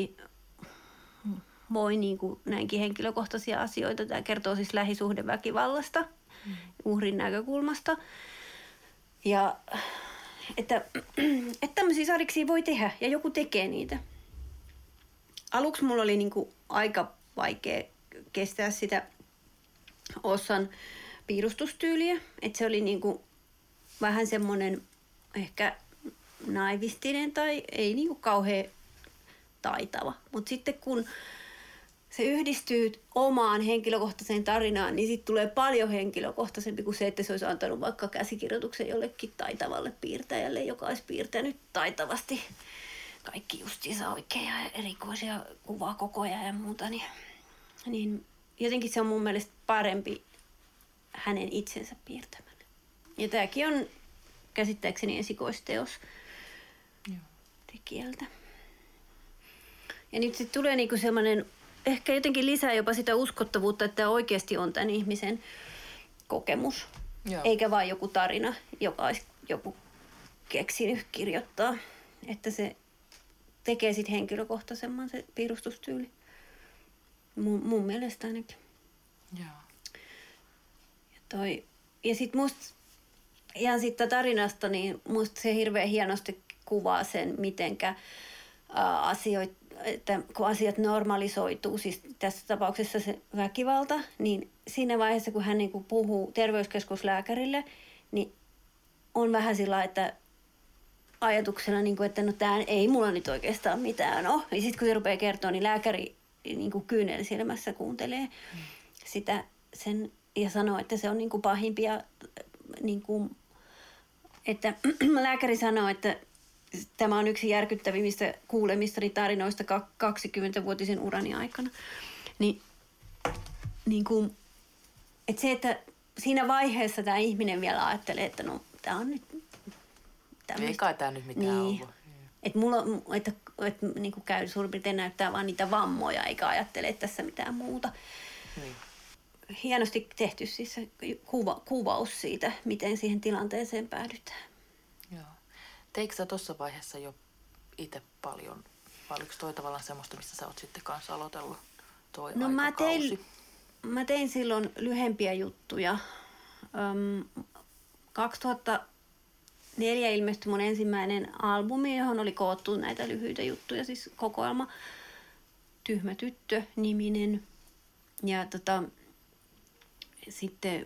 voi niin kuin näinkin henkilökohtaisia asioita. Tämä kertoo siis lähisuhdeväkivallasta uhrin näkökulmasta. Ja että tämmöisiä sarjiksia voi tehdä ja joku tekee niitä. Aluksi mulla oli niin kuin aika vaikea kestää sitä Ossan piirustustyyliä. Että se oli niin kuin vähän semmoinen ehkä naivistinen tai ei niin kuin kauhean taitava. Mutta sitten kun se yhdistyy omaan henkilökohtaiseen tarinaan, niin sitten tulee paljon henkilökohtaisempi kuin se, että se olisi antanut vaikka käsikirjoituksen jollekin taitavalle piirtäjälle, joka olisi piirtänyt taitavasti kaikki justiinsa oikein ja erikoisia kuvakokoja ja muuta. Niin jotenkin se on mun mielestä parempi hänen itsensä piirtämänä. Ja tämäkin on käsittääkseni esikoisteos tekijältä. Ja nyt sitten tulee niinku semmoinen, ehkä jotenkin lisää jopa sitä uskottavuutta, että tämä oikeasti on tämän ihmisen kokemus. Joo. Eikä vain joku tarina, joka olisi joku keksinyt kirjoittaa. Että se tekee sitten henkilökohtaisemman se piirustustyyli. Mun mielestä ainakin. Joo. Ja sitten musta ihan siitä tarinasta, niin musta se hirveän hienosti kuvaa sen, mitenkä että kun asiat normalisoituu, siis tässä tapauksessa se väkivalta, niin siinä vaiheessa, kun hän niinku puhuu terveyskeskuslääkärille, niin on vähän sillä, että ajatuksena, niinku, että no tää ei mulla nyt oikeastaan mitään ole. Ja sitten kun se rupeaa kertoa, niin lääkäri niinku kyynel silmässä kuuntelee sitä sen ja sanoo, että se on niinku pahimpia, niinku, että lääkäri sanoo, että tämä on yksi järkyttävimmistä kuulemistani tarinoista 20-vuotisen urani aikana. Niin kuin, että se, että siinä vaiheessa tämä ihminen vielä ajattelee, että no tämä on nyt tämmöistä. Ei kai tämä nyt mitään niin. ollut. Että mulla että niin kuin käy suurin piirtein näyttää vaan niitä vammoja, eikä ajattele tässä mitään muuta. Niin. hienosti tehty siis se kuvaus siitä, miten siihen tilanteeseen päädytään. Joo. Teikö sä tuossa vaiheessa jo itse paljon, vai oliko toi tavallaan semmoista, mistä sä oot sitten kanssa aloitellut toi aikakausi? Mä tein silloin lyhempiä juttuja. 2004 ilmestyi mun ensimmäinen albumi, johon oli koottu näitä lyhyitä juttuja, siis kokoelma Tyhmä tyttö-niminen. Ja sitten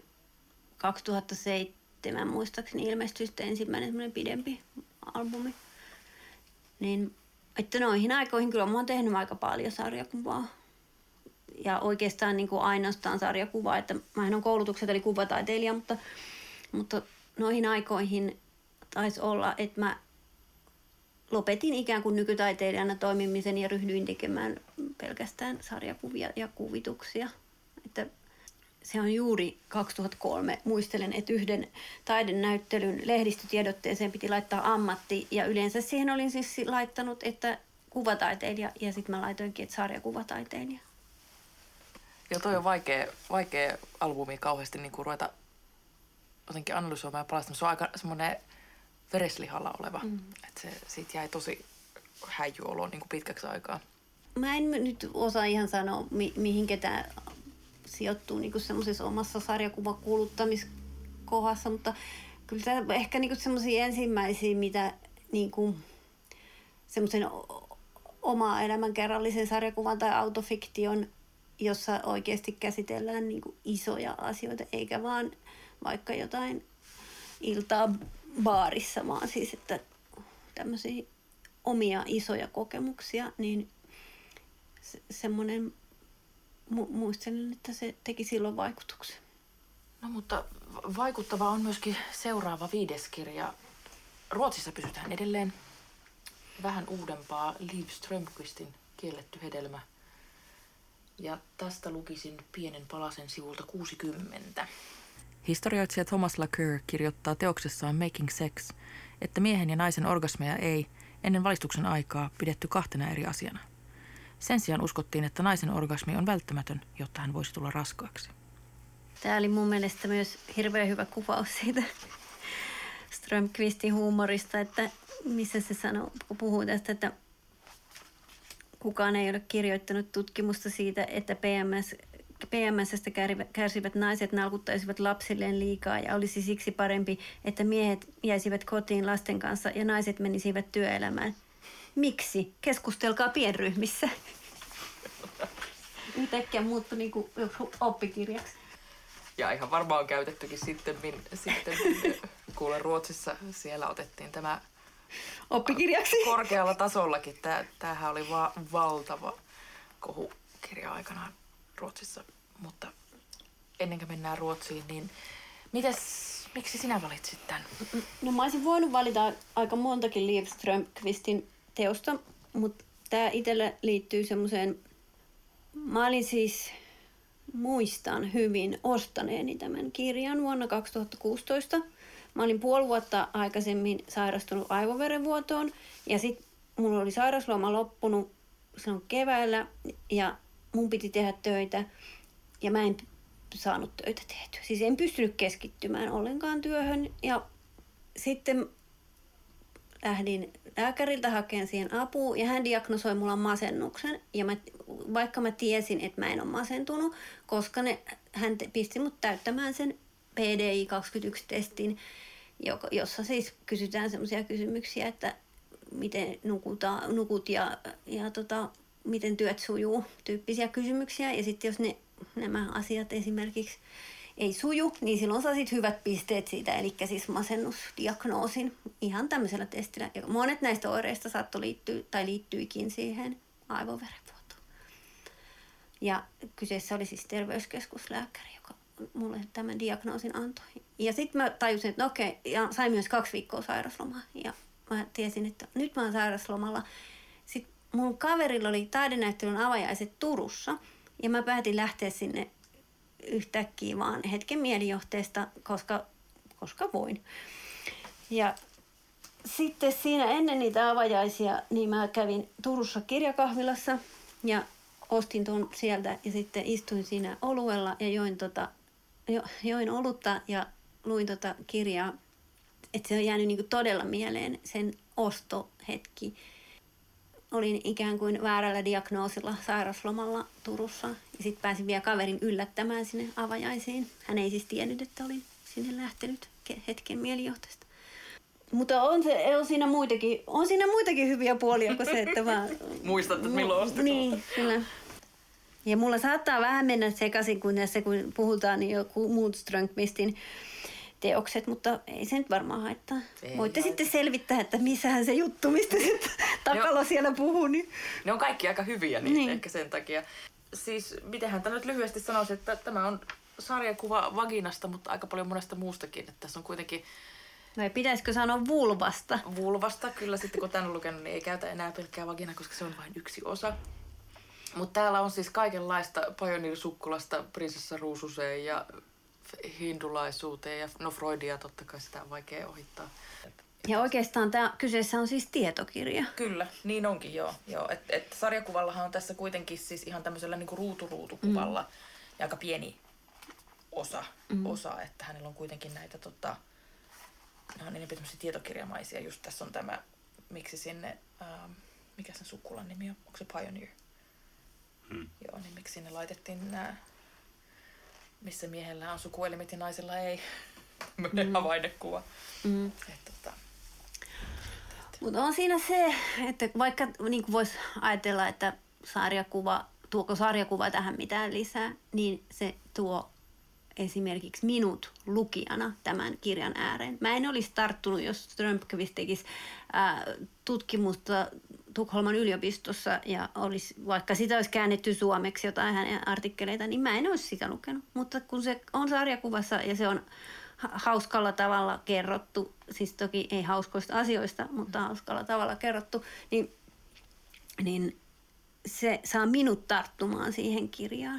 2007 muistaakseni ilmestyi sitten ensimmäinen semmoinen pidempi albumi. Niin, että noihin aikoihin kyllä mä oon tehnyt aika paljon sarjakuvaa. Ja oikeastaan niin kuin ainoastaan sarjakuvaa, että mähän on koulutukset eli kuvataiteilija, mutta noihin aikoihin taisi olla, että mä lopetin ikään kuin nykytaiteilijana toimimisen ja ryhdyin tekemään pelkästään sarjakuvia ja kuvituksia. Että se on juuri 2003. Muistelen, että yhden taidenäyttelyn lehdistötiedotteeseen piti laittaa ammatti ja yleensä siihen olin siis laittanut, että kuvataiteilija ja sitten mä laitoinkin, että sarjakuvataiteilija. Joo, toi on vaikea albumi kauheasti niin kuin ruveta jotenkin analysoimaan ja palastamaan. Se on aika semmoinen vereslihalla oleva. Että siitä jäi tosi häijyolo niin kuin pitkäksi aikaa. Mä en nyt osaa ihan sanoa, mihinkä tämä sijoittuu niin kuin semmoisessa omassa sarjakuvakuluttamiskohdassa, mutta kyllä tämä ehkä niin kuin semmoisia ensimmäisiä, mitä niin kuin semmoisen oma elämänkerrallisen sarjakuvan tai autofiktion, jossa oikeasti käsitellään niin kuin isoja asioita, eikä vaan vaikka jotain iltaa baarissa, vaan siis, että tämmöisiä omia isoja kokemuksia, niin semmoinen, muistelen, että se teki silloin vaikutuksen. No mutta vaikuttava on myöskin seuraava 5. kirja. Ruotsissa pysytään edelleen. Vähän uudempaa Liv Strömquistin Kielletty hedelmä. Ja tästä lukisin pienen palasen sivulta 60. Historioitsija Thomas Laqueur kirjoittaa teoksessaan Making Sex, että miehen ja naisen orgasmeja ei, ennen valistuksen aikaa, pidetty 2 eri asiana. Sen sijaan uskottiin, että naisen orgasmi on välttämätön, jotta hän voisi tulla raskaaksi. Tämä oli mun mielestä myös hirveän hyvä kuvaus siitä Strömquistin huumorista, että missä se puhuu tästä, että kukaan ei ole kirjoittanut tutkimusta siitä, että PMS:stä kärsivät naiset nalkuttaisivat lapsilleen liikaa ja olisi siksi parempi, että miehet jäisivät kotiin lasten kanssa ja naiset menisivät työelämään. Miksi? Keskustelkaa pienryhmissä. Yhtäkkiä muuttui niin kuin oppikirjaksi. Ja ihan varmaan on käytettykin sitten kuule Ruotsissa siellä otettiin tämä oppikirjaksi. Korkealla tasollakin. Tämähän oli valtava kohukirja aikanaan Ruotsissa. Mutta ennen kuin mennään Ruotsiin, niin miksi sinä valitsit tämän? No mä olisin voinut valita aika montakin Liv Strömquistin teosta, mutta tämä itsellä liittyy semmoiseen, mä olin siis, muistan hyvin ostaneeni tämän kirjan vuonna 2016. Mä olin puoli vuotta aikaisemmin sairastunut aivoverenvuotoon ja sitten mulla oli sairausloma loppunut silloin keväällä ja mun piti tehdä töitä ja mä en saanut töitä tehtyä. Siis en pystynyt keskittymään ollenkaan työhön ja sitten lähdin lääkäriltä hakemaan siihen apua ja hän diagnosoi mulla masennuksen. Ja vaikka mä tiesin, että mä en ole masentunut, koska hän pisti mut täyttämään sen PDI-21-testin, jossa siis kysytään semmoisia kysymyksiä, että miten nukut ja miten työt sujuu, tyyppisiä kysymyksiä. Ja sitten jos nämä asiat esimerkiksi ei suju, niin silloin saa sit hyvät pisteet siitä, eli siis masennusdiagnoosin ihan tämmöisellä testillä. Ja monet näistä oireista saattoi liittyä tai liittyikin siihen aivoverenvuotoon. Ja kyseessä oli siis terveyskeskuslääkäri, joka mulle tämän diagnoosin antoi. Ja sitten mä tajusin, että okei, ja sain myös 2 viikkoa sairaslomaa. Ja mä tiesin, että nyt mä oon sairaslomalla. Sitten mun kaverilla oli taidenäyttelyn avajaiset Turussa, ja mä päätin lähteä sinne yhtäkkiä vaan hetken mielijohteesta, koska voin. Ja sitten siinä ennen niitä avajaisia, niin mä kävin Turussa kirjakahvilassa ja ostin tuon sieltä ja sitten istuin siinä oluella ja join olutta ja luin kirjaa. Että se on jäänyt niin kuin todella mieleen sen ostohetki. Olin ikään kuin väärällä diagnoosilla sairaslomalla Turussa. Ja sitten pääsin vielä kaverin yllättämään sinne avajaisiin. Hän ei siis tiennyt, että olin sinne lähtenyt hetken mielijohteesta. Mutta on siinä muitakin hyviä puolia kuin se, että vaan... Muistat, että milloin ostit. Niin, kyllä. Ja mulla saattaa vähän mennä sekaisin, kun puhutaan niin joku muut Strömqvistin teokset, mutta ei se nyt varmaan haittaa. Voitte sitten selvittää, että missähän se juttu, mistä se Takalo siellä puhuu. Niin. Ne on kaikki aika hyviä niin. Ehkä sen takia. Siis mitenhän tämä nyt lyhyesti sanoisi, että tämä on sarjakuva vaginasta, mutta aika paljon monesta muustakin. Että tässä on kuitenkin... Vai pitäisikö sanoa vulvasta? Vulvasta, kyllä. Sitten kun tämän on lukenut, niin ei käytä enää pelkkää vagina, koska se on vain yksi osa. Mutta täällä on siis kaikenlaista Pioneer-sukkulasta prinsessa Ruususeen ja hindulaisuuteen ja no Freudia totta kai sitä on vaikea ohittaa. Ja oikeastaan tämä kyseessä on siis tietokirja. Kyllä, niin onkin joo. Et sarjakuvallahan on tässä kuitenkin siis ihan tämmöisellä niinku ruutukuvalla ja aika pieni osa, että hänellä on kuitenkin näitä ne on enemmän tämmöisiä tietokirjamaisia. Just tässä on tämä, miksi sinne, mikä sen sukkulan nimi on, onko se Pioneer? Joo, niin miksi sinne laitettiin nämä, missä miehellä on sukuelimet ja naisella ei, tämmöinen havainnekuva. Mutta on siinä se, että vaikka niin voisi ajatella, että tuoko sarjakuva tähän mitään lisää, niin se tuo esimerkiksi minut lukijana tämän kirjan ääreen. Mä en olisi tarttunut, jos Strömqvist tekisi tutkimusta Tukholman yliopistossa ja vaikka sitä olisi käännetty suomeksi jotain hänen artikkeleita, niin mä en olisi sitä lukenut. Mutta kun se on sarjakuvassa ja se on hauskalla tavalla kerrottu, siis toki ei hauskoista asioista, mutta hauskalla tavalla kerrottu, niin se saa minut tarttumaan siihen kirjaan.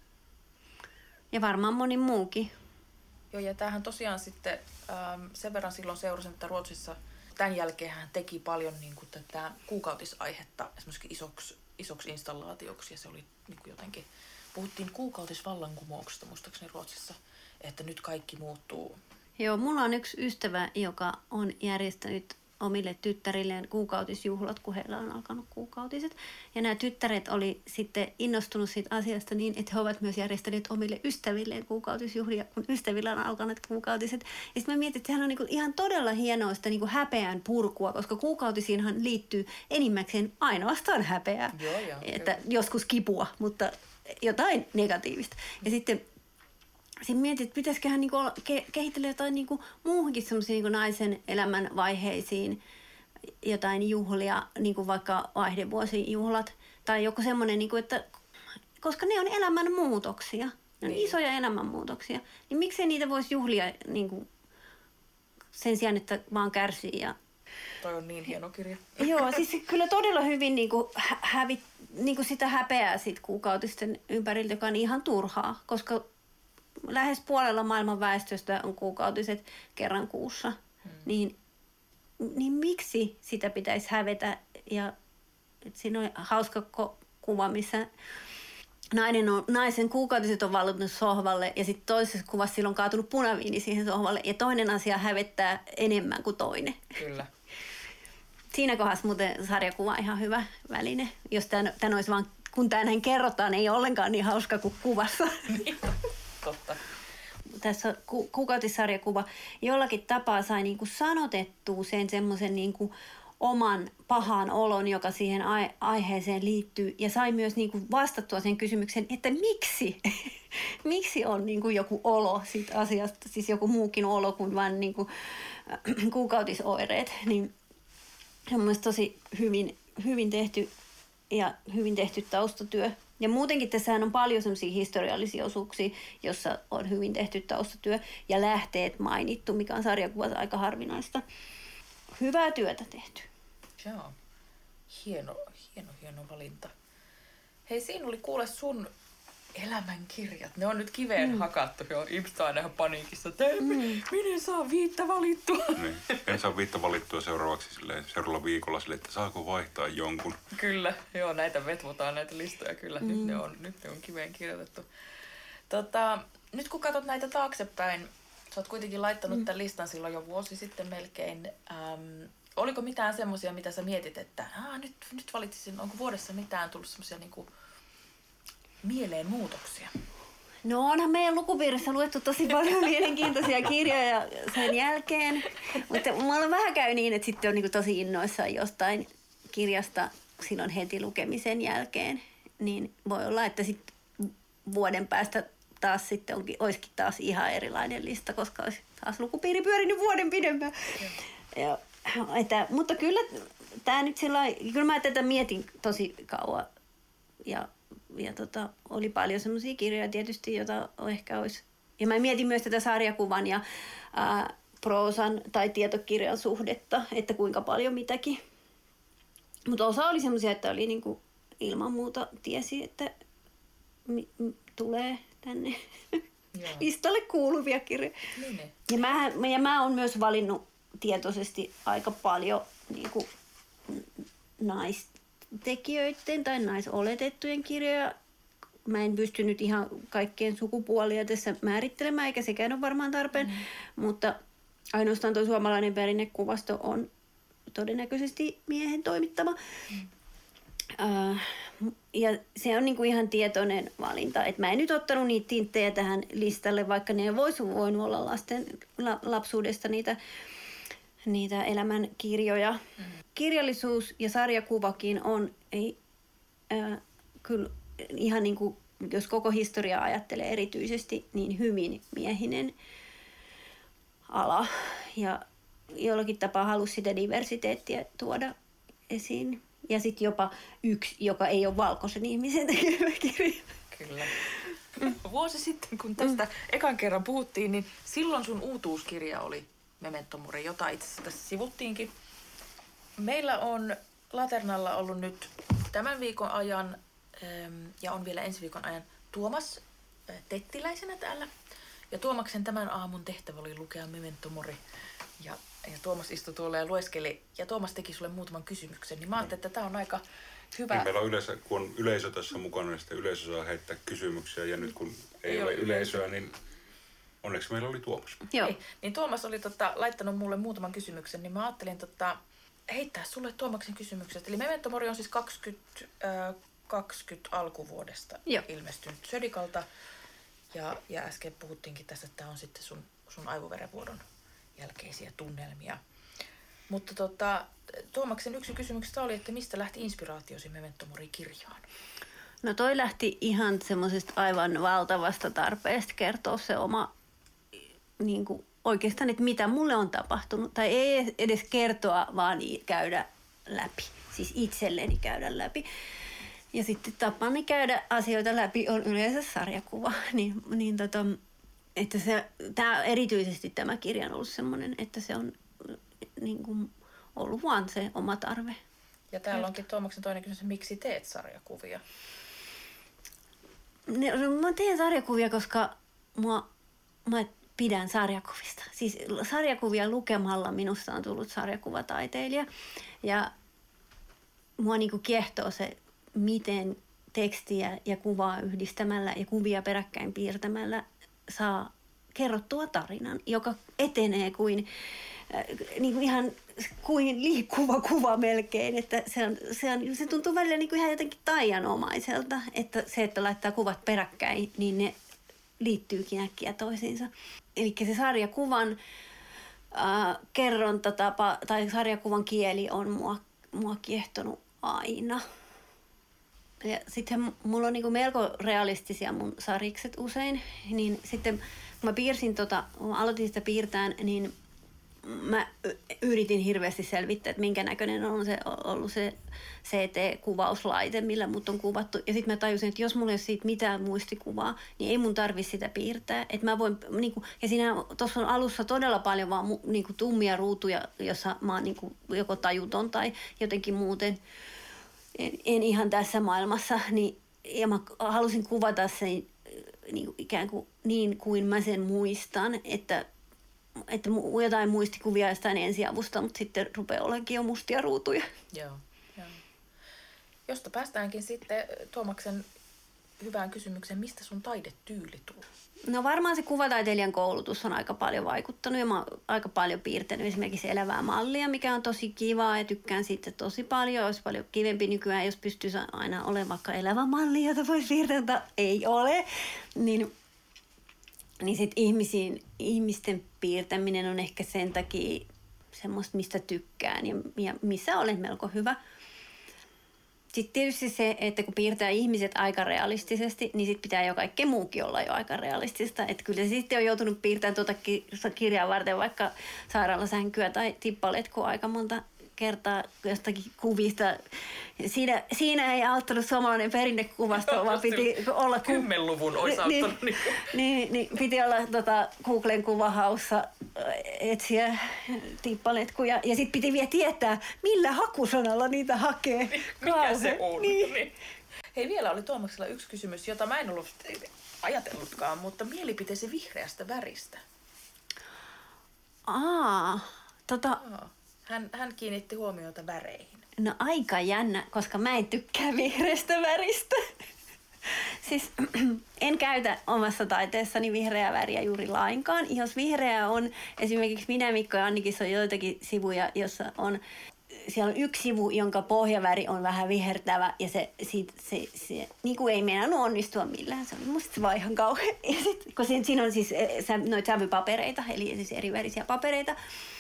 Ja varmaan moni muukin. Joo, ja tämähän tosiaan sitten sen verran silloin seurasin, että Ruotsissa tämän jälkeen hän teki paljon niin kuin tätä kuukautisaihetta esimerkiksi isoksi installaatioksi. Ja se oli niin kuin jotenkin, puhuttiin kuukautisvallankumouksesta muistaakseni Ruotsissa, että nyt kaikki muuttuu. Joo, mulla on yksi ystävä, joka on järjestänyt omille tyttärilleen kuukautisjuhlat, kun heillä on alkanut kuukautiset. Ja nämä tyttäret oli sitten innostunut siitä asiasta niin, että he ovat myös järjestäneet omille ystävilleen kuukautisjuhlia, kun ystävillä on alkanut kuukautiset. Ja sitten mä mietin, että sehän on niinku ihan todella hienoa sitä niinku häpeän purkua, koska kuukautisiinhan liittyy enimmäkseen ainoastaan häpeää. Joo, että joskus kipua, mutta jotain negatiivista. Ja sitten mietin, että pitäisiköhän niinku kehitellä jotain niinku muuhunkin semmoisia niinku naisen elämän vaiheisiin jotain juhlia, niinku vaikka vaihdevuosijuhlat tai joku semmoinen, niinku, että koska ne on elämän muutoksia, ne on isoja elämänmuutoksia, niin miksei niitä voisi juhlia niinku, sen sijaan, että vaan kärsii. Toi on niin hieno kirja. Joo, siis kyllä todella hyvin niinku niinku sitä häpeää sit kuukautisten ympäriltä, joka on ihan turhaa, koska lähes puolella maailman väestöstä on kuukautiset kerran kuussa. Niin miksi sitä pitäisi hävetä? Ja siinä on hauska kuva, missä naisen kuukautiset on vallunut sohvalle ja sitten toisessa kuvassa sillä on kaatunut punaviini siihen sohvalle ja toinen asia hävettää enemmän kuin toinen. Kyllä. Siinä kohdassa muuten sarjakuva on ihan hyvä väline. Jos tämän olisi vaan, kun tämä näin kerrotaan, ei ollenkaan niin hauska kuin kuvassa. Totta. Tässä kuukautissarjakuva jollakin tapaa sai niinku sanotettua sen semmoisen niinku oman pahan olon, joka siihen aiheeseen liittyy. Ja sai myös niinku vastattua sen kysymyksen, että miksi? Miksi on niinku joku olo siitä asiasta, siis joku muukin olo kuin vain niinku kuukautisoireet. Niin se on mielestäni tosi hyvin tehty ja hyvin tehty taustatyö. Ja muutenkin tässähän on paljon sellaisia historiallisia osuuksia, jossa on hyvin tehty taustatyö ja lähteet mainittu, mikä on sarjakuvassa aika harvinaista. Hyvää työtä tehty. Joo. Hieno valinta. Hei, siinä oli kuule sun elämän kirjat. Ne on nyt kiveen hakattu jo. Impsta on ihan paniikissa, että minä saa 5 valittua. Niin. En saa 5 valittua seuraavaksi seuraavalla viikolla silleen, että saako vaihtaa jonkun. Kyllä, joo, näitä vetvotaan näitä listoja kyllä. Nyt ne on kiveen kirjoitettu. Nyt kun katsot näitä taaksepäin, sä oot kuitenkin laittanut tämän listan silloin jo vuosi sitten melkein. Oliko mitään semmoisia, mitä sä mietit, että nyt valitsisin, onko vuodessa mitään tullut semmoisia niinku mieleen muutoksia? No onhan meidän lukupiirissä luettu tosi paljon mielenkiintoisia kirjoja sen jälkeen, mutta mulla vähän käy niin, että sitten on niinku tosi innoissaan jostain kirjasta silloin heti lukemisen jälkeen, niin voi olla, että sitten vuoden päästä taas sitten olisikin taas ihan erilainen lista, koska olisi taas lukupiiri pyörinyt vuoden pidemmän. Mutta kyllä tämä nyt kyllä mä tätä mietin tosi kauan ja oli paljon semmoisia kirjoja tietysti, joita ehkä olisi. Ja mä mietin myös tätä sarjakuvan ja proosan tai tietokirjan suhdetta, että kuinka paljon mitäkin. Mutta osa oli semmoisia, että oli niinku ilman muuta tiesi, että tulee tänne listalle kuuluvia kirjoja. Niin. Ja mä oon myös valinnut tietoisesti aika paljon niinku naistekijöiden tai naisoletettujen kirjoja. Mä en pystynyt ihan kaikkien sukupuolia tässä määrittelemään, eikä sekään ole varmaan tarpeen, mutta ainoastaan tuo suomalainen perinnekuvasto on todennäköisesti miehen toimittama. Ja se on niinku ihan tietoinen valinta. Et mä en nyt ottanut niitä tinttejä tähän listalle, vaikka ne voinut olla lasten lapsuudesta niitä elämän kirjoja. Kirjallisuus ja sarjakuvakin on kyllä ihan niin kuin, jos koko historiaa ajattelee erityisesti, niin hyvin miehinen ala. Ja jollakin tapaa halusi sitä diversiteettiä tuoda esiin. Ja sitten jopa yksi, joka ei ole valkoisen ihmisen tekemä kirja. Kyllä. Vuosi sitten, kun tästä ekan kerran puhuttiin, niin silloin sun uutuuskirja oli Memento Mori, jota itse asiassa tässä sivuttiinkin. Meillä on Laternalla ollut nyt tämän viikon ajan ja on vielä ensi viikon ajan Tuomas Tettiläisenä täällä. Ja Tuomaksen tämän aamun tehtävä oli lukea Memento Mori. Ja Tuomas istui tuolla ja lueskeli. Ja Tuomas teki sulle muutaman kysymyksen. Niin mä ajattelin, että tämä on aika hyvä. Niin meillä on yleensä, kun on yleisö tässä mukana, niin sitten yleisö saa heittää kysymyksiä. Ja nyt kun ei ole yleisöä, niin onneksi meillä oli Tuomas. Joo. Niin Tuomas oli laittanut mulle muutaman kysymyksen, niin mä ajattelin heittää sulle Tuomaksen kysymykset. Eli Memento Mori on siis 2020 alkuvuodesta ilmestynyt Södikalta. Ja äsken puhuttiinkin tässä, että tämä on sitten sun aivoverenvuodon jälkeisiä tunnelmia. Mutta Tuomaksen yksi kysymyksistä oli, että mistä lähti inspiraatiosi Memento Mori-kirjaan? No toi lähti ihan semmoisesta aivan valtavasta tarpeesta kertoa se oma niin kuin oikeastaan, että mitä mulle on tapahtunut. Tai ei edes kertoa, vaan käydä läpi. Siis itselleni käydä läpi. Ja sitten tapani käydä asioita läpi on yleensä sarjakuva. Että erityisesti tämä kirja on ollut semmoinen, että se on niin kuin ollut vaan se oma tarve. Ja täällä onkin Tuomaksen toinen kysymys, miksi teet sarjakuvia? Mä teen sarjakuvia, koska mä pidän sarjakuvista. Siis sarjakuvia lukemalla minusta on tullut sarjakuvataiteilija. Ja mua niinku kiehtoo se, miten tekstiä ja kuvaa yhdistämällä ja kuvia peräkkäin piirtämällä saa kerrottua tarinan, joka etenee kuin ihan kuin liikkuva kuva melkein. Että se tuntuu välillä niin kuin ihan jotenkin taianomaiselta, että se, että laittaa kuvat peräkkäin, niin ne liittyykin äkkiä toisiinsa. Eli se sarjakuvan kerrontatapa tai sarjakuvan kieli on mua kiehtonut aina. Ja sitten mulla on niin kuin melko realistisia mun sarikset usein, niin sitten kun mä piirsin kun aloitin sitä piirtään, niin mä yritin hirveästi selvittää, että minkä näköinen on ollut se CT-kuvauslaite, millä mut on kuvattu. Ja sitten mä tajusin, että jos mulla ei ole siitä mitään muistikuvaa, niin ei mun tarvitse sitä piirtää. Että mä voin, ja siinä tuossa on alussa todella paljon vaan tummia ruutuja, jossa mä oon joko tajuton tai jotenkin muuten en ihan tässä maailmassa. Niin ja mä halusin kuvata sen ikään kuin niin kuin mä sen muistan, että jotain muistikuvia jostain ensiavusta, mutta sitten rupeaa olemaan jo mustia ruutuja. Joo. Josta päästäänkin sitten Tuomaksen hyvään kysymykseen, mistä sun taidetyyli tulee? No varmaan se kuvataiteilijan koulutus on aika paljon vaikuttanut ja mä oon aika paljon piirtänyt esimerkiksi elävää mallia, mikä on tosi kivaa ja tykkään siitä tosi paljon. Olisi paljon kivempi nykyään, jos pystyisi aina olemaan vaikka elävä malli, jota voisi piirtää, mutta ei ole. Niin sitten ihmisten piirtäminen on ehkä sen takia semmoista, mistä tykkään ja missä olen melko hyvä. Sitten tietysti se, että kun piirtää ihmiset aika realistisesti, niin sitten pitää jo kaikkea muukin olla jo aika realistista. Että kyllä se sitten on joutunut piirtämään tuota kirjaa varten vaikka sairaalasänkyä tai tippaletkua aika monta kertaa jostakin kuvista. Siinä ei auttanut suomalainen perinnekuvasto, vaan piti olla... 10-luvun olisi auttanut. Niin, piti olla Googlen kuvahaussa etsiä tippaletkuja. Ja sitten piti vielä tietää, millä hakusanalla niitä hakee. Mikä se on? Niin. Hei, vielä oli Tuomaksella yksi kysymys, jota mä en ollut ajatellutkaan, mutta mielipiteesi vihreästä väristä. Hän kiinnitti huomiota väreihin. No aika jännä, koska mä en tykkää vihreästä väristä. Siis en käytä omassa taiteessani vihreää väriä juuri lainkaan. Jos vihreää on, esimerkiksi minä, Mikko ja Annikissa on joitakin sivuja, jossa on, siellä on yksi sivu, jonka pohjaväri on vähän vihertävä ja se niin kuin ei meinannut onnistua millään. Se oli musta vaan ihan kauhean. Ja sit, kun siinä on siis noita sävypapereita, eli siis erivärisiä papereita.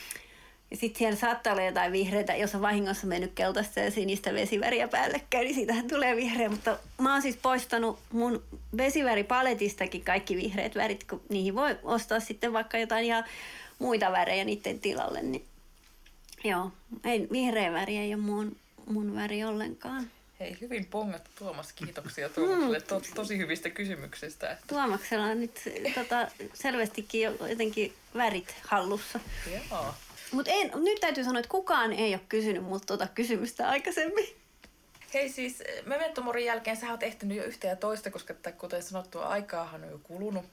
Ja sitten siellä saattaa olla jotain vihreitä, jos on vahingossa mennyt keltaista ja sinistä vesiväriä päällekkäin, niin siitähän tulee vihreä. Mutta mä oon siis poistanut mun vesiväripaletistakin kaikki vihreät värit, kun niihin voi ostaa sitten vaikka jotain ihan muita värejä niiden tilalle. Niin joo, vihreä väri ei ole mun väri ollenkaan. Hei, hyvin pongattu Tuomas. Kiitoksia Tuomakselle tosi hyvistä kysymyksistä. Tuomaksella on nyt selvästikin jotenkin värit hallussa. Joo. Mutta nyt täytyy sanoa, että kukaan ei ole kysynyt multa kysymystä aikaisemmin. Hei siis, Memento Morin jälkeen sä oot ehtinyt jo yhtä ja toista, koska kuten sanottua, aikaahan on jo kulunut.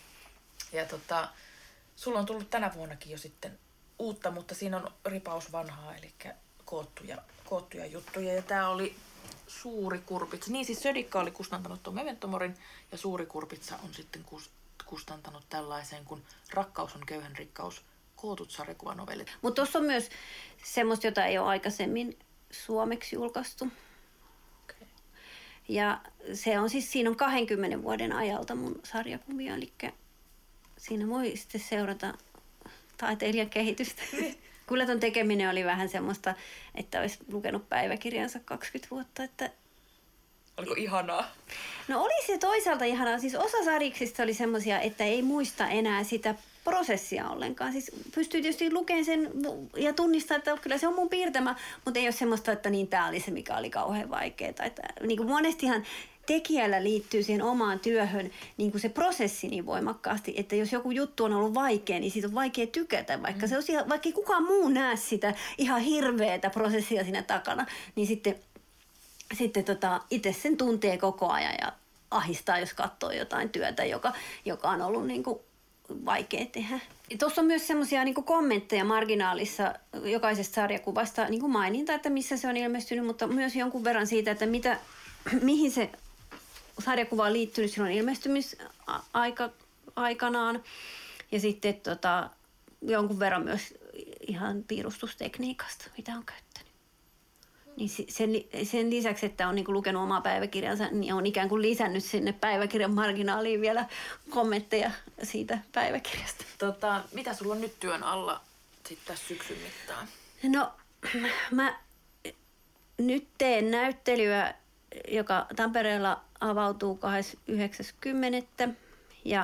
Ja sulla on tullut tänä vuonnakin jo sitten uutta, mutta siinä on ripaus vanhaa, eli koottuja juttuja. Ja tää oli Suuri Kurpitsa. Niin siis Södikka oli kustantanut tuon Memento Morin ja Suuri Kurpitsa on sitten kustantanut tällaiseen, kun Rakkaus on köyhän rikkaus. Kootut sarjakuvanovellit. Mutta tuossa on myös semmoista, jota ei ole aikaisemmin suomeksi julkaistu. Okay. Ja se on siis, siinä on 20 vuoden ajalta mun sarjakuvia, eli siinä voi sitten seurata taiteilijan kehitystä. Kyllä ton tekeminen oli vähän semmoista, että olisi lukenut päiväkirjansa 20 vuotta. Oliko ihanaa? No oli se toisaalta ihanaa. Siis osa sarjiksista oli semmoisia, että ei muista enää sitä prosessia ollenkaan. Siis pystyy tietysti lukemaan sen ja tunnistaa, että kyllä se on mun piirtämä, mutta ei ole semmoista, että niin tää oli se, mikä oli kauhean vaikeaa. Niin kuin monestihan tekijällä liittyy siihen omaan työhön niin kuin se prosessi niin voimakkaasti, että jos joku juttu on ollut vaikea, niin siitä on vaikea tykätä, vaikka se on vaikka ei kukaan muu näe sitä ihan hirveätä prosessia siinä takana, niin sitten itse sen tuntee koko ajan ja ahistaa, jos katsoo jotain työtä, joka on ollut niin kuin vaikea tehdä. Tuossa on myös semmoisia niin kuin kommentteja marginaalissa jokaisesta sarjakuvasta, niin kuin maininta, että missä se on ilmestynyt, mutta myös jonkun verran siitä, että mihin se sarjakuva on liittynyt silloin ilmestymisaikanaan. Ja sitten jonkun verran myös ihan piirustustekniikasta, mitä on käyttänyt. Niin sen lisäksi, että on niinku lukenut omaa päiväkirjansa, niin on ikään kuin lisännyt sinne päiväkirjan marginaaliin vielä kommentteja siitä päiväkirjasta. Mitä sulla on nyt työn alla sitten tässä syksyn mittaan? No, mä nyt teen näyttelyä, joka Tampereella avautuu 29.10. ja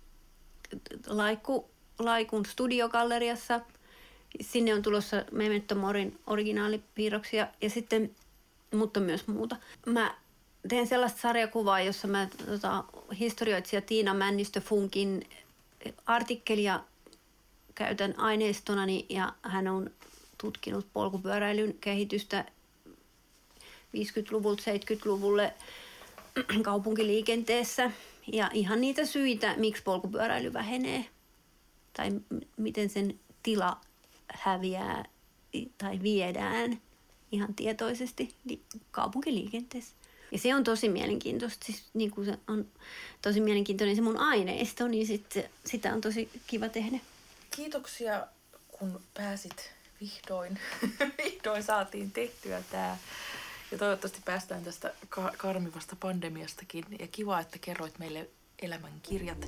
Laikun studiogalleriassa. Sinne on tulossa Memento Morin originaalipiirroksia ja sitten, mutta myös muuta. Mä teen sellaista sarjakuvaa, jossa mä historioitsija Tiina Männistö-Funkin artikkelia käytän aineistonani ja hän on tutkinut polkupyöräilyn kehitystä 50-luvulta 70-luvulle kaupunkiliikenteessä ja ihan niitä syitä, miksi polkupyöräily vähenee tai miten sen tila häviää tai viedään ihan tietoisesti kaupunkiliikenteessä. Ja se on tosi mielenkiintoista, siis niin kuin se on tosi mielenkiintoinen se mun aineisto, niin sitä on tosi kiva tehdä. Kiitoksia, kun pääsit vihdoin saatiin tehtyä tää. Ja toivottavasti päästään tästä karmivasta pandemiastakin. Ja kiva, että kerroit meille elämän kirjat.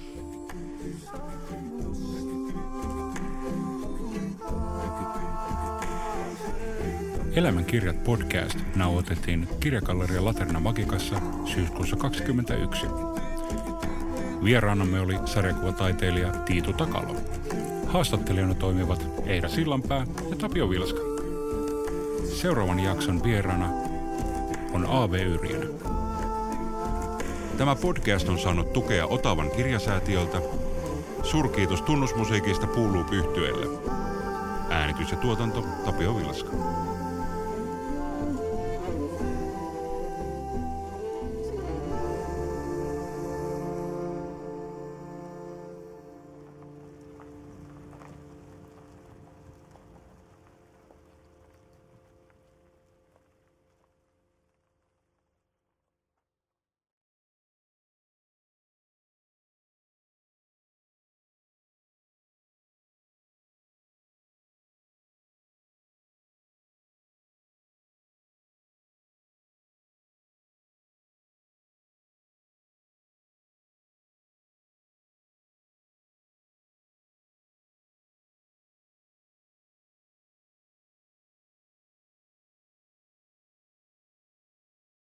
Elämän kirjat podcast nauhoitettiin Kirjagalleria Laterna Magikassa syyskuussa 2021. Vieraanamme oli sarjakuvataiteilija Tiitu Takalo. Haastattelijana toimivat Eira Sillanpää ja Tapio Vilska. Seuraavan jakson vieraana on A.V. Yrjänä. Tämä podcast on saanut tukea Otavan kirjasäätiöltä. Suurkiitos tunnusmusiikista Puuluup-yhtyeelle. Äänitys ja tuotanto Tapio Vilska.